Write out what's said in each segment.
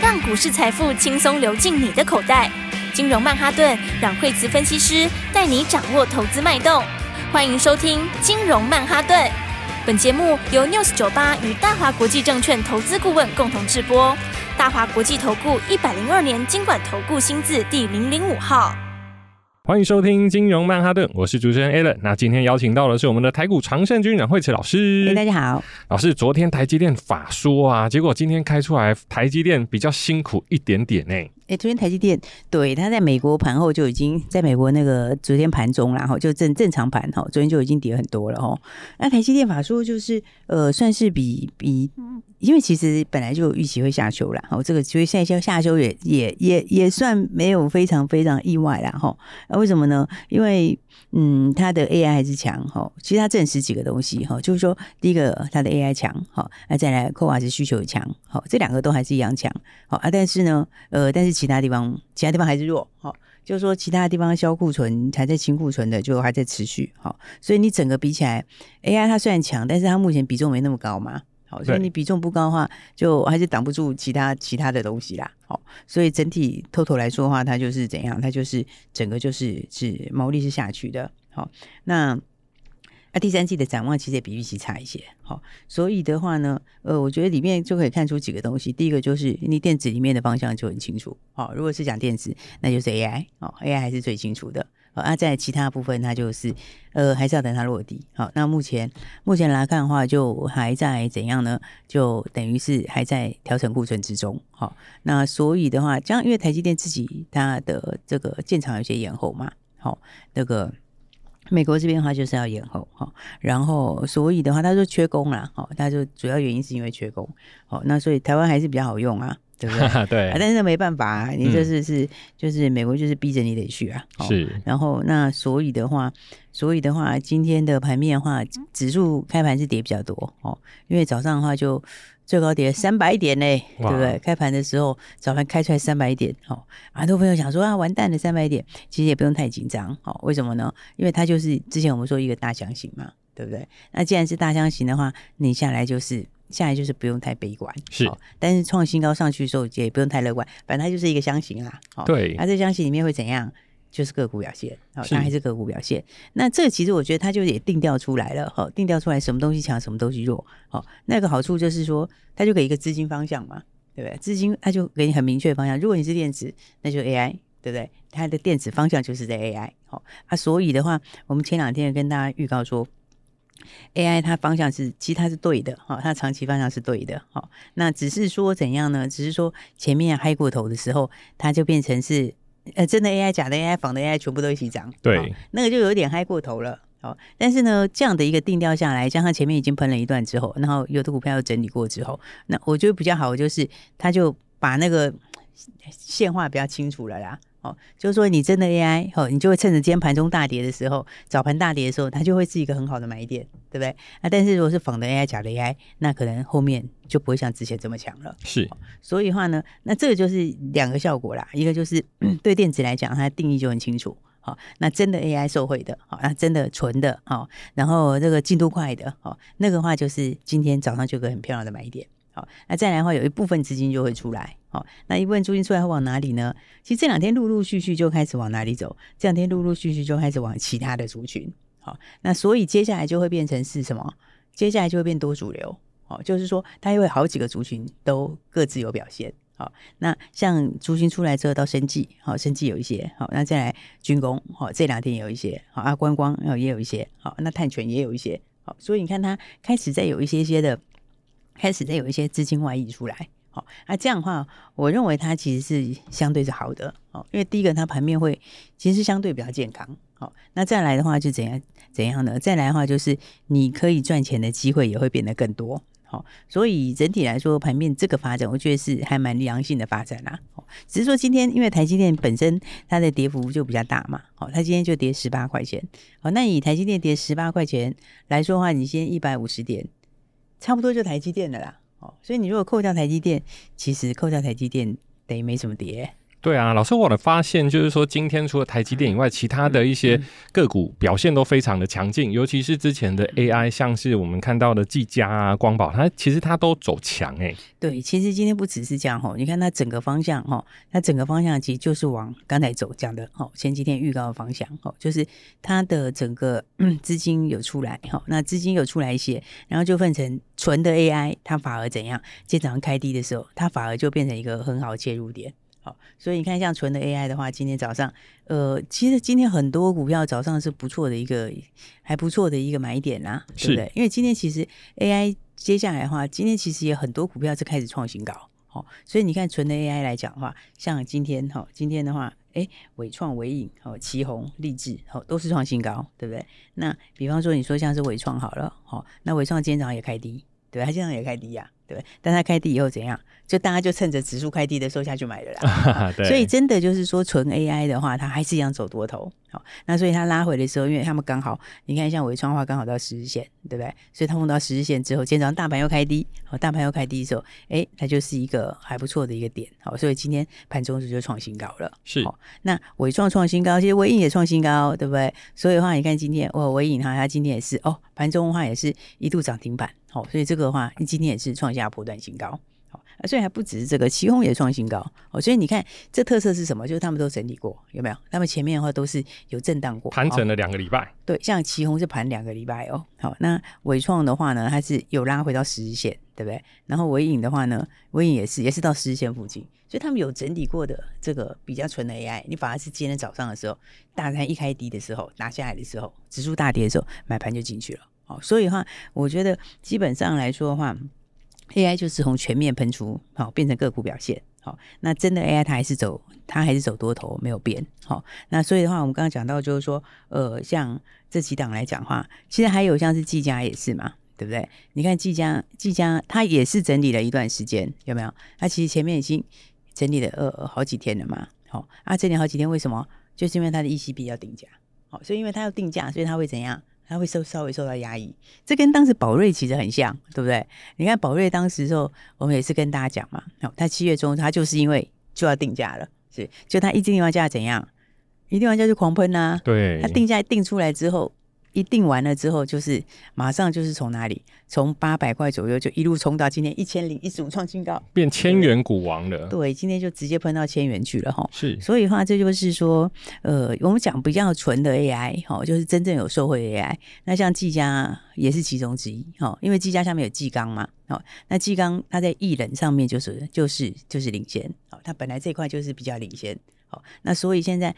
让股市财富轻松流进你的口袋。金融曼哈顿让惠慈分析师带你掌握投资脉动。欢迎收听金融曼哈顿。本节目由 News98 与大华国际证券投资顾问共同制播。大华国际投顾102年金管投顾新字第005号。 欢迎收听金融曼哈顿，我是主持人 Alan。那今天邀请到的是我们的台股常胜军阮惠慈老师。 大家好。老师，昨天台积电法说啊，结果今天开出来，台积电比较辛苦一点点呢。 昨天台积电对它在美国盘后就已经在美国那个昨天盘中啦，就正常盘昨天就已经跌很多了那台积电法说就是算是比因为其实本来就有预期会下修啦这个所以现在下修也算没有非常非常意外啦为什么呢？因为它的 AI 还是强其实它证实几个东西就是说第一个它的 AI 强再来 CoWoS 需求强这两个都还是一样强但是呢但是其他地方还是弱就是说其他地方销库存还在清库存的就还在持续所以你整个比起来 AI 它虽然强，但是它目前比重没那么高嘛所以你比重不高的话就还是挡不住其他的东西啦所以整体 total 来说的话，它就是怎样，它就是整个就是毛利是下去的那第三季的展望其实也比预期差一些所以的话呢我觉得里面就可以看出几个东西。第一个就是你电子里面的方向就很清楚如果是讲电子那就是 AI AI 还是最清楚的在其他部分它就是还是要等它落地那目前来看的话就还在怎样呢，就等于是还在调整库存之中那所以的话因为台积电自己它的这个建厂有些延后嘛那个美国这边的话就是要延后然后所以的话他说缺工啦他说主要原因是因为缺工那所以台湾还是比较好用啊，对不对？ 对但是没办法你这就是美国就是逼着你得去啊是。 然后那所以的话今天的盘面的话指数开盘是跌比较多因为早上的话就最高跌300点嘞，对不对？开盘的时候早盘开出来300点很多朋友想说完蛋了300点，其实也不用太紧张为什么呢？因为它就是之前我们说一个大箱型嘛，对不对？那既然是大箱型的话，你下来就是不用太悲观是但是创新高上去的时候也不用太乐观，反正它就是一个箱型啦对， 那这箱型里面会怎样？就是个股表现它还是个股表现。那这个其实我觉得它就也定调出来了定调出来什么东西强什么东西弱那个好处就是说它就给一个资金方向嘛，对不对？资金它就给你很明确的方向，如果你是电子那就 AI， 对不对？它的电子方向就是在 AI所以的话我们前两天跟大家预告说AI 它方向其实它是对的它长期方向是对的那只是说怎样呢？只是说前面嗨过头的时候它就变成是真的 AI 假的 AI 仿的 AI 全部都一起涨对那个就有点嗨过头了但是呢这样的一个定调下来，加上前面已经喷了一段之后，然后有的股票又整理过之后，那我觉得比较好就是它就把那个线画比较清楚了啦就是说你真的 AI 你就会趁着今天盘中大跌的时候，早盘大跌的时候，它就会是一个很好的买点，对不对？但是如果是仿的 AI 假的 AI， 那可能后面就不会像之前这么强了。 是所以的话呢，那这个就是两个效果啦，一个就是对电子来讲它的定义就很清楚那真的 AI 受惠的那真的纯的然后这个进度快的那个话就是今天早上就有个很漂亮的买点那再来的话有一部分资金就会出来那一部分资金出来会往哪里呢？其实这两天陆陆续续就开始往哪里走？这两天陆陆续续就开始往其他的族群那所以接下来就会变成是什么？接下来就会变多主流就是说它会好几个族群都各自有表现那像族群出来之后到生技生技有一些那再来军工这两天也有一些观光也有一些那碳权也有一些所以你看它开始在有一些资金外溢出来这样的话我认为它其实是相对是好的因为第一个它盘面会其实相对比较健康那再来的话就怎样呢？再来的话就是你可以赚钱的机会也会变得更多所以整体来说盘面这个发展我觉得是还蛮良性的发展啦只是说今天因为台积电本身它的跌幅就比较大嘛它今天就跌18块钱那以台积电跌18块钱来说的话，你先150点差不多就台积电了啦所以你如果扣掉台积电，其实扣掉台积电等于没什么跌对啊，老师，我的发现就是说，今天除了台积电以外，其他的一些个股表现都非常的强劲，尤其是之前的 AI， 像是我们看到的技嘉啊、光宝，其实它都走强对，其实今天不只是这样你看它整个方向它整个方向其实就是往刚才讲的前几天预告的方向就是它的整个资金有出来那资金有出来一些，然后就分成纯的 AI， 它反而怎样？今天早上开低的时候，它反而就变成一个很好的切入点。所以你看，像纯的 AI 的话，今天早上，其实今天很多股票早上是不错的一个，还不错的一个买点啦，对不对？因为今天其实 AI 接下来的话，今天其实也很多股票是开始创新高，所以你看纯的 AI 来讲的话，像今天的话，伟创、伟影、奇鋐、立志，都是创新高，对不对？那比方说你说像是伟创好了，那伟创今天早上也开低，对，它今天早上也开低呀。对，但它开低以后怎样？就大家就趁着指数开低的时候下去买了啦。所以真的就是说，纯 AI 的话，它还是一样走多头。那所以它拉回的时候，因为他们刚好，你看像伟创的话，刚好到10日线，对不对？所以它碰到10日线之后，今天早上大盘又开低，大盘又开低的时候，它就是一个还不错的一个点。所以今天盘中就创新高了。 是。 那伟创创新高，其实伟影也创新高，对不对？所以的话，你看今天伟影它今天也是盘中的话也是一度涨停板。所以这个的话，今天也是创下波段新高。所以还不只是这个，奇鋐也创新高。所以你看这特色是什么？就是他们都整理过，有没有？他们前面的话都是有震荡过， 盘整了2个礼拜。 对，像奇鋐是盘2个礼拜好，那伟创的话呢，它是有拉回到10日线，对不对？然后伟影的话呢，伟影也是到10日线附近，所以他们有整理过的这个比较纯的 AI， 你反而是今天早上的时候，大盘一开低的时候，拿下来的时候，指数大跌的时候，买盘就进去了。所以的话，我觉得基本上来说的话 ，AI 就是从全面喷出，变成个股表现。那真的 AI 它还是走多头，没有变。那所以的话，我们刚刚讲到就是说，像这几档来讲的话，其实还有像是技嘉也是嘛，对不对？你看技嘉它也是整理了一段时间，有没有？它其实前面已经整理了好几天了嘛。整理好几天，为什么？就是因为它的 ECB 要定价。所以因为它要定价，所以它会怎样？它会稍微受到压抑，这跟当时宝瑞其实很像，对不对？你看宝瑞当时的时候，我们也是跟大家讲嘛，它7月中它就是因为就要定价了，就它一定完价怎样？一定完价就狂喷啊！ 对， 它定价定出来之后，一定完了之后，就是马上就是从哪里？从800块左右就一路冲到今天1015创新高， 变1000元股王了。 对，今天就直接喷到1000元去了哈。 是， 所以的话，这就是说，我们讲比较纯的 AI，就是真正有受惠的 AI。那像技嘉也是其中之一，因为技嘉下面有技刚嘛，那技刚它在艺人上面就是领先，它本来这一块就是比较领先，那所以现在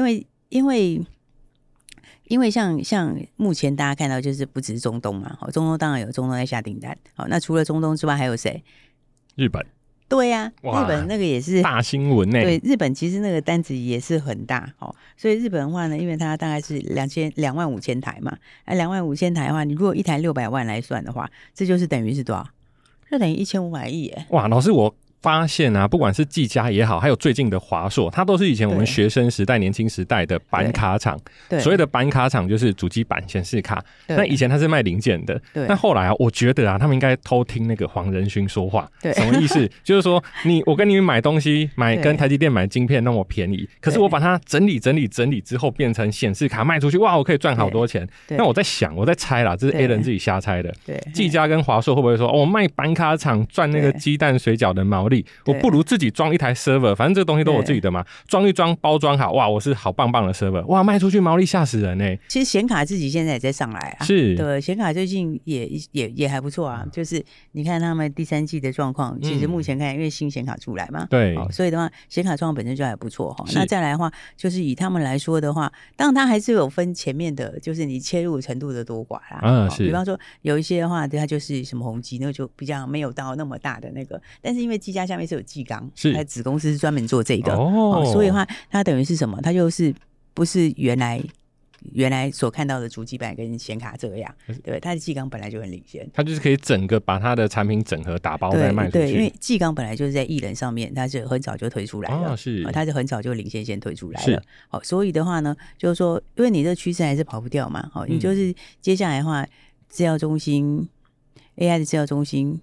因为像目前大家看到就是不只是中东嘛，中东当然有中东在下订单，那除了中东之外还有谁？ 日本。 对呀，日本那个也是大新闻呢。 对，日本其实那个单子也是很大所以日本的话呢，因为它大概是25000台嘛，25000台的话，你如果一台600万来算的话，这就是等于是多少？这等于1500亿耶！ 哇，老师我发现啊，不管是技嘉也好，还有最近的华硕，它都是以前我们学生时代、年轻时代的板卡厂。所谓的板卡厂就是主机板、显示卡。那以前它是卖零件的。那后来啊，我觉得啊，他们应该偷听那个黄仁勋说话。什么意思？就是说我跟你们买东西，跟台积电买晶片那么便宜，可是我把它整理之后变成显示卡卖出去，哇，我可以赚好多钱。那我在想，我在猜啦，这是 A 人自己瞎猜的。技嘉跟华硕会不会说，我卖板卡厂赚那个鸡蛋水饺的毛利？我不如自己装一台 server， 反正这个东西都我自己的嘛，装一装包装好，哇，我是好棒棒的 server， 哇，卖出去毛利吓死人欸。 其实显卡自己现在也在上来啊， 是， 对，显卡最近也还不错啊，就是你看他们第3季的状况，其实目前看因为新显卡出来嘛， 对， 所以的话显卡状况本身就还不错那再来的话，就是以他们来说的话，当然它还是有分前面的，就是你切入程度的多寡啦，是，比方说有一些的话，它就是什么宏基，那就比较没有到那么大的那个，但是因为技嘉下面是有技刚，它子公司是专门做这个所以的话它等于是什么？它就是不是原来所看到的主机板跟显卡这样，对，它的技刚本来就很领先， 它就是可以整个把它的产品整合打包再卖出去。 对，因为技刚本来就是在艺人上面，它是很早就推出来了，它是很早就领先推出来了。所以的话呢，就是说，因为你这趋势还是跑不掉嘛，你就是接下来的话，资料中心 AI 的资料中心。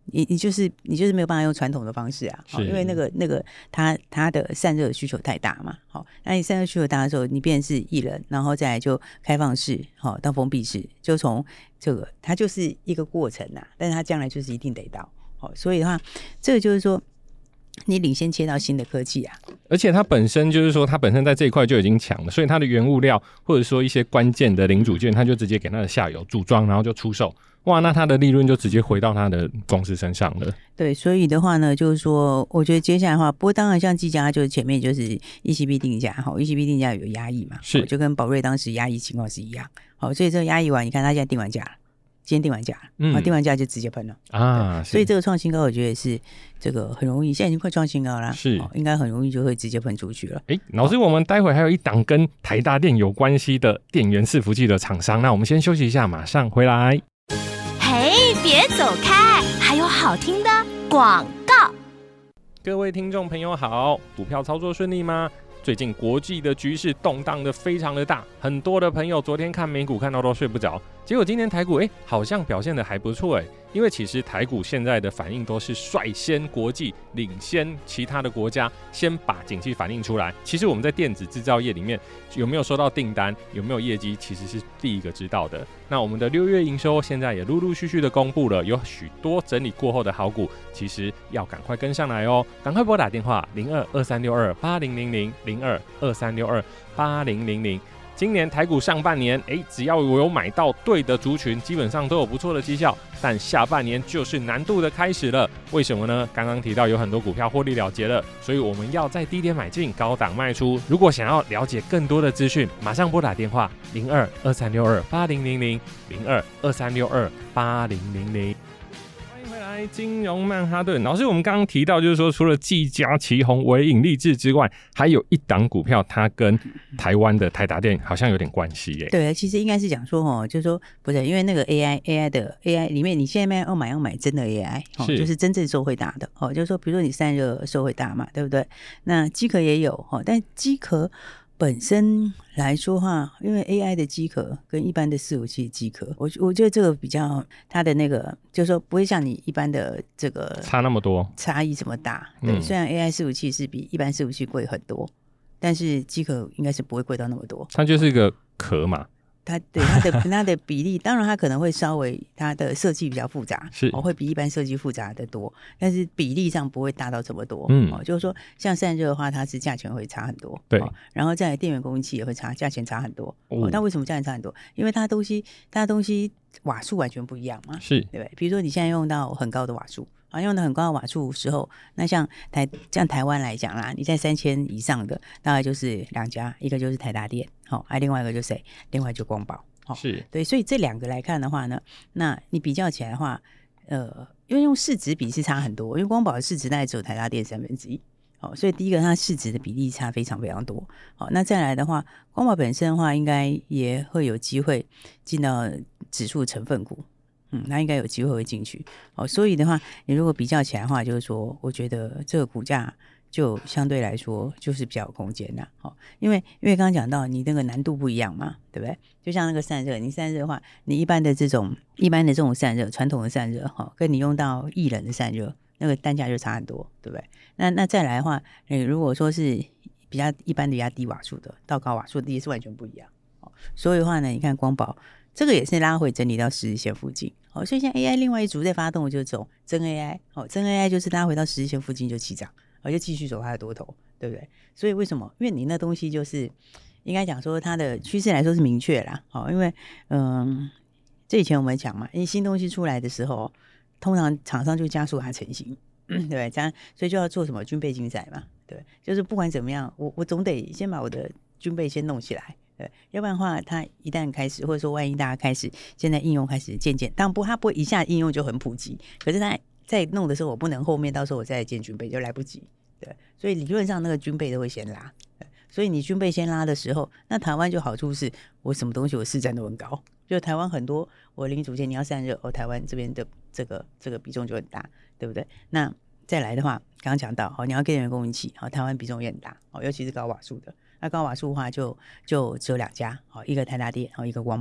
你就是没有办法用传统的方式啊，因为那个它的散热需求太大嘛，好，那你散热需求大的时候，你变成是一人，然后再来就开放式，好到封闭式，就从这个它就是一个过程啊，但是它将来就是一定得到，好，所以的话，这个就是说。你领先切到新的科技啊， 而且它本身就是说，它本身在这一块就已经强了，所以它的原物料或者说一些关键的零组件，它就直接给它的下游组装，然后就出售。哇，那它的利润就直接回到它的公司身上了。 对，所以的话呢，就是说，我觉得接下来的话，不过当然像技嘉，就是前面就是 ECB 定价，好 ，ECB 定价有压抑嘛， 是就跟宝瑞当时压抑情况是一样。好，所以这个压抑完，你看它现在定完价了。今天定完价，定完价就直接喷了啊！所以这个创新高，我觉得是这个很容易，现在已经快创新高了， 是应该很容易就会直接喷出去了。 老师，我们待会还有一档跟台达电有关系的电源伺服器的厂商，那我们先休息一下，马上回来。 嘿，别走开，还有好听的广告。 各位听众朋友好，股票操作顺利吗？最近国际的局势动荡的非常的大，很多的朋友昨天看美股看到都睡不着，结果今天台股好像表现的还不错因为其实台股现在的反应都是率先国际领先其他的国家，先把景气反映出来。其实我们在电子制造业里面有没有收到订单，有没有业绩，其实是第一个知道的。那我们的6月营收现在也陆陆续续的公布了，有许多整理过后的好股，其实要赶快跟上来哦，赶快拨打电话02-2362-8000，02-2362-8000。今年台股上半年，只要我有买到对的族群，基本上都有不错的绩效。但下半年就是难度的开始了，为什么呢？刚刚提到有很多股票获利了结了，所以我们要在低点买进，高档卖出。如果想要了解更多的资讯，马上拨打电话02-2362-8000，02-2362-8000。金融曼哈顿老师，我们刚刚提到就是说，除了技嘉、奇鋐、伟影、力智之外，还有一档股票，它跟台湾的台达电好像有点关系对，其实应该是讲说就是说不是因为那个 AI 里面，你现在要买真的 AI 就是真正受惠大的就是说，比如说你散热受惠大嘛，对不对？那机壳也有但机壳本身来说话，因为 AI 的机壳跟一般的伺服器的机壳，我觉得这个比较它的那个，就是说不会像你一般的这个差那么多， 差异这么大。对，虽然 AI 伺服器是比一般伺服器贵很多，但是机壳应该是不会贵到那么多。 它就是一个壳嘛。 它的比例，当然它可能会稍微它的设计比较复杂，会比一般设计复杂的多，但是比例上不会大到这么多。就是说像散热的话，它是价钱会差很多， 对， 然后再来电源供应器也会价钱差很多。那为什么价钱差很多？因为它的东西瓦数完全不一样嘛， 是对不对？比如说你现在用到很高的瓦数。用的很高的瓦数时候，那像台湾来讲啦，你在3000以上的大概就是两家，一个就是台达电，另外一个就是谁？另外就光宝， 是对，所以这两个来看的话呢，那你比较起来的话，因为用市值比是差很多，因为光宝的市值大概只有台达电1/3，所以第一个它市值的比例差非常非常多。那再来的话，光宝本身的话，应该也会有机会进到指数成分股。那应该有机会会进去所以的话，你如果比较起来的话，就是说，我觉得这个股价就相对来说就是比较有空间啦因为刚刚讲到你那个难度不一样嘛，对不对？就像那个散热，你散热的话，你一般的这种散热，传统的散热跟你用到液冷的散热，那个单价就差很多，对不对？那再来的话，如果说是比较一般的压低瓦数的到高瓦数的也是完全不一样所以的话呢，你看光宝。这个也是拉回整理到10日线附近所以像 AI 另外一组在发动的就是走真 AI 真 AI 就是拉回到10日线附近就起涨就继续走它的多头，对不对？所以为什么？因为你那东西就是应该讲说它的趋势来说是明确啦因为这以前我们讲嘛，因为新东西出来的时候通常厂商就加速它成型对不对？这样所以就要做什么军备竞赛嘛，对，就是不管怎么样我总得先把我的军备先弄起来，对，要不然的话，它一旦开始，或者说万一大家开始现在应用开始渐渐，当然它不会一下应用就很普及，可是它在弄的时候，我不能后面到时候我再建军备就来不及，对，所以理论上那个军备都会先拉，所以你军备先拉的时候，那台湾就好处是我什么东西我市占都很高，就台湾很多我零组件你要散热台湾这边的这个比重就很大，对不对？那再来的话，刚刚讲到你要电源供应器台湾比重也很大尤其是高瓦数的。那高瓦数的话就只有两家一个台达电一个光宝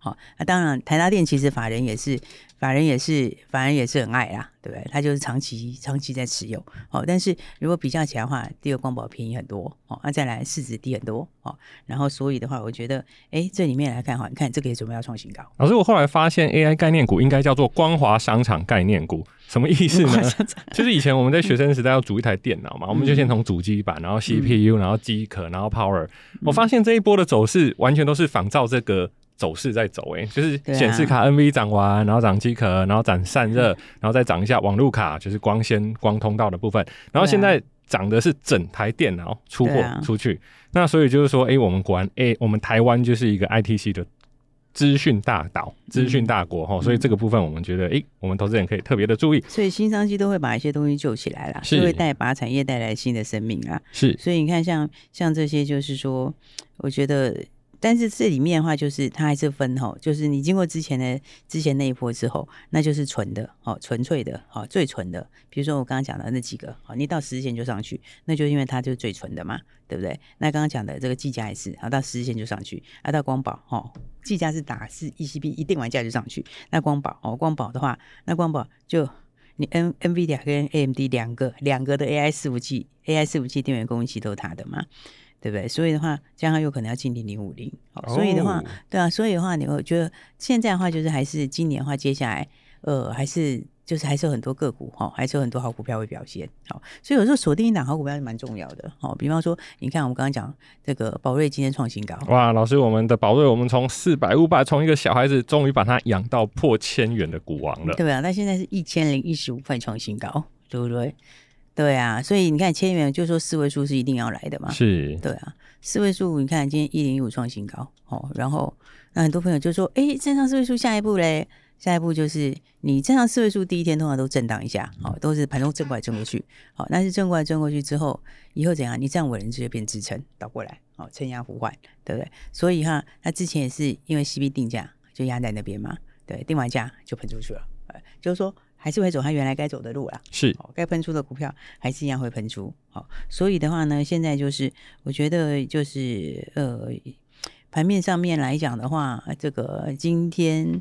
当然台达电其实法人也是很爱啦，对不对？他就是长期在持有，但是如果比较起来的话，第二光宝便宜很多，再来市值低很多，然后所以的话，我觉得这里面来看你看这个也准备要创新高。 老师，我后来发现 AI 概念股应该叫做光华商场概念股，什么意思呢？就是以前我们在学生时代要组一台电脑嘛，我们就先从主机板，然后 CPU， 然后机壳，然后 Power。我发现这一波的走势完全都是仿照这个走势在走，就是显示卡 NV 涨完，然后涨机壳，然后涨散热，然后再涨一下网路卡，就是光通道的部分，然后现在涨的是整台电脑出货出去。那所以就是说，我们果然，我们台湾就是一个 ITC 的资讯大岛、资讯大国，所以这个部分我们觉得，我们投资人可以特别的注意。 所以新商机都会把一些东西救起来啦，就会把产业带来新的生命啊。 是， 所以你看像这些，就是说，我觉得。但是这里面的话，就是它还是分就是你经过之前那一波之后，那就是纯的纯粹的最纯的。比如说我刚刚讲的那几个你到10日线就上去，那就因为它就是最纯的嘛，对不对？那刚刚讲的这个技嘉也是到10日线就上去，到光宝技嘉是打是 ECB 一定完价就上去，那光宝的话，那光宝就你 NVIDIA 跟 AMD 两个的 AI 伺服器电源供应器都是它的嘛。对不对？所以的话，这样有可能要进0050，所以的话，对啊，所以的话，我觉得现在的话，就是还是今年的话，接下来还是有很多个股还是有很多好股票会表现所以有时候锁定一档好股票是蛮重要的比方说，你看我们刚刚讲这个宝瑞今天创新高， 哇，老师，我们的宝瑞，我们从400、500，从一个小孩子，终于把它养到破1000元的股王了， 对啊，那现在是1015块创新高，对不对？对啊，所以你看1000元，就说4位数是一定要来的嘛。 是，对啊，4位数，你看今天1015创新高然后那很多朋友就说，站上4位数下一步嘞，下一步就是你站上4位数第一天通常都震荡一下，都是盘中震过来震过去，但是震过来震过去之后，以后怎样？你站稳人直接变支撑倒过来，撑压互换，对不对？所以它之前也是因为 CB 定价就压在那边嘛，对，定完价就喷出去了，就是说。还是会走他原来该走的路啦， 是该喷出的股票还是一样会喷出，所以的话呢，现在就是我觉得就是盘面上面来讲的话，这个今天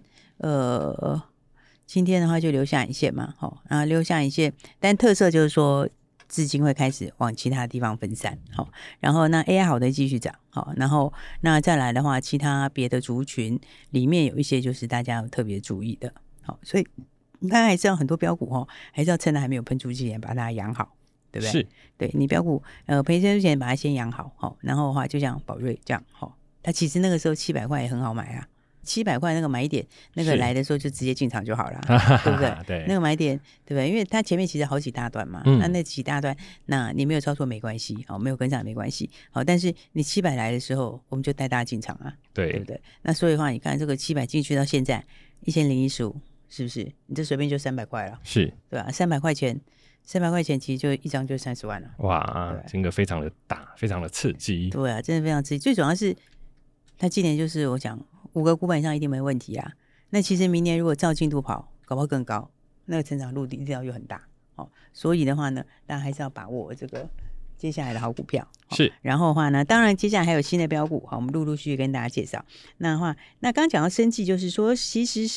的话就留下影线嘛，然后留下影线，但特色就是说资金会开始往其他地方分散，然后那 AI 好的继续涨，然后那再来的话，其他别的族群里面有一些就是大家有特别注意的，所以。你看，还是要很多标股还是要趁它还没有喷出之前把它养好，对不对？是，对你标股赔钱之前把它先养好，然后的话就像宝瑞这样它其实那个时候700块也很好买啊，700块那个买点，那个来的时候就直接进场就好了，对不对？ 对， 那个买点，对不对？因为它前面其实好几大段嘛，那几大段，那你没有操作没关系，没有跟上没关系，但是你700来的时候，我们就带大家进场啊，对不对？那所以的话，你看这个700进去到现在1015。是不是？你这随便就300块了， 是， 对吧？300块钱其实就一张就30万了。 哇，金额非常的大，非常的刺激。 对啊，真的非常刺激。最主要是，它今年就是我讲5个股本以上一定没问题啊。那其实明年如果照进度跑，搞不好更高，那个成长路一定要又很大所以的话呢，大家还是要把握这个接下来的好股票是，然后的话呢，当然接下来还有新的标股我们陆陆续续跟大家介绍。那刚刚讲到生技，就是说其实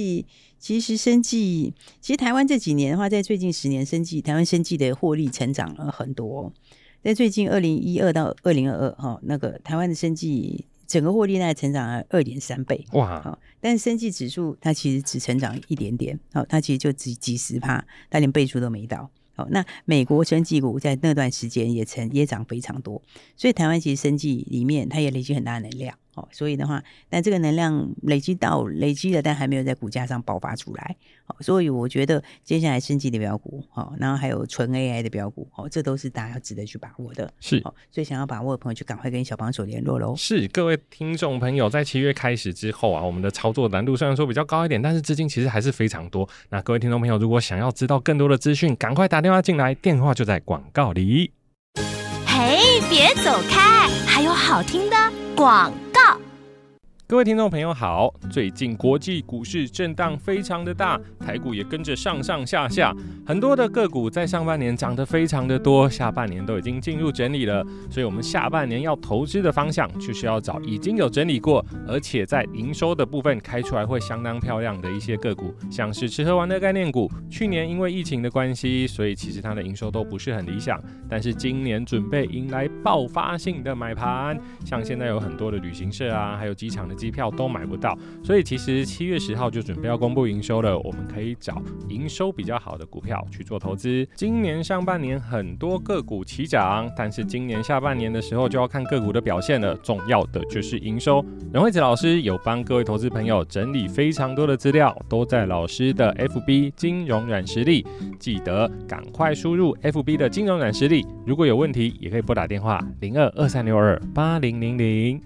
台湾这几年的话，在最近10年台湾生技的获利成长了很多在最近2012到2022那个台湾的生技整个获利大概成长了2.3倍哇！但是生技指数它其实只成长一点点它其实就只几10%，它连倍数都没到。那美国生技股在那段时间也涨非常多，所以台湾其实生技里面它也累积很大的能量所以的话，但这个能量累积了，但还没有在股价上爆发出来所以我觉得接下来生技的标股然后还有纯 AI 的标股这都是大家要值得去把握的。 是所以想要把握的朋友就赶快跟小帮手联络咯。 是，各位听众朋友，在7月开始之后我们的操作难度虽然说比较高一点，但是资金其实还是非常多。那各位听众朋友，如果想要知道更多的资讯，赶快打电话进来，电话就在广告里。 嘿，别走开，还有好听的广告。 各位听众朋友好，最近国际股市震荡非常的大，台股也跟着上上下下，很多的个股在上半年涨得非常的多，下半年都已经进入整理了，所以我们下半年要投资的方向就是要找已经有整理过，而且在营收的部分开出来会相当漂亮的一些个股，像是吃喝玩乐概念股，去年因为疫情的关系，所以其实它的营收都不是很理想，但是今年准备迎来爆发性的买盘，像现在有很多的旅行社啊，还有机场的机票都买不到，所以其实7月10号就准备要公布营收了，我们可以找营收比较好的股票去做投资。今年上半年很多个股齐涨，但是今年下半年的时候就要看个股的表现了，重要的就是营收。任惠慈老师有帮各位投资朋友整理非常多的资料，都在老师的 FB 金融软实力，记得赶快输入 FB 的金融软实力，如果有问题也可以拨打电话0223628000。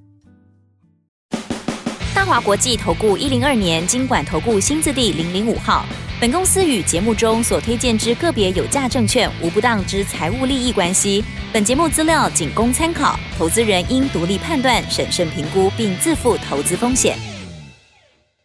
大华国际投顾102年金管投顾新字第005号。本公司与节目中所推荐之个别有价证券无不当之财务利益关系。本节目资料仅供参考，投资人应独立判断、审慎评估，并自负投资风险。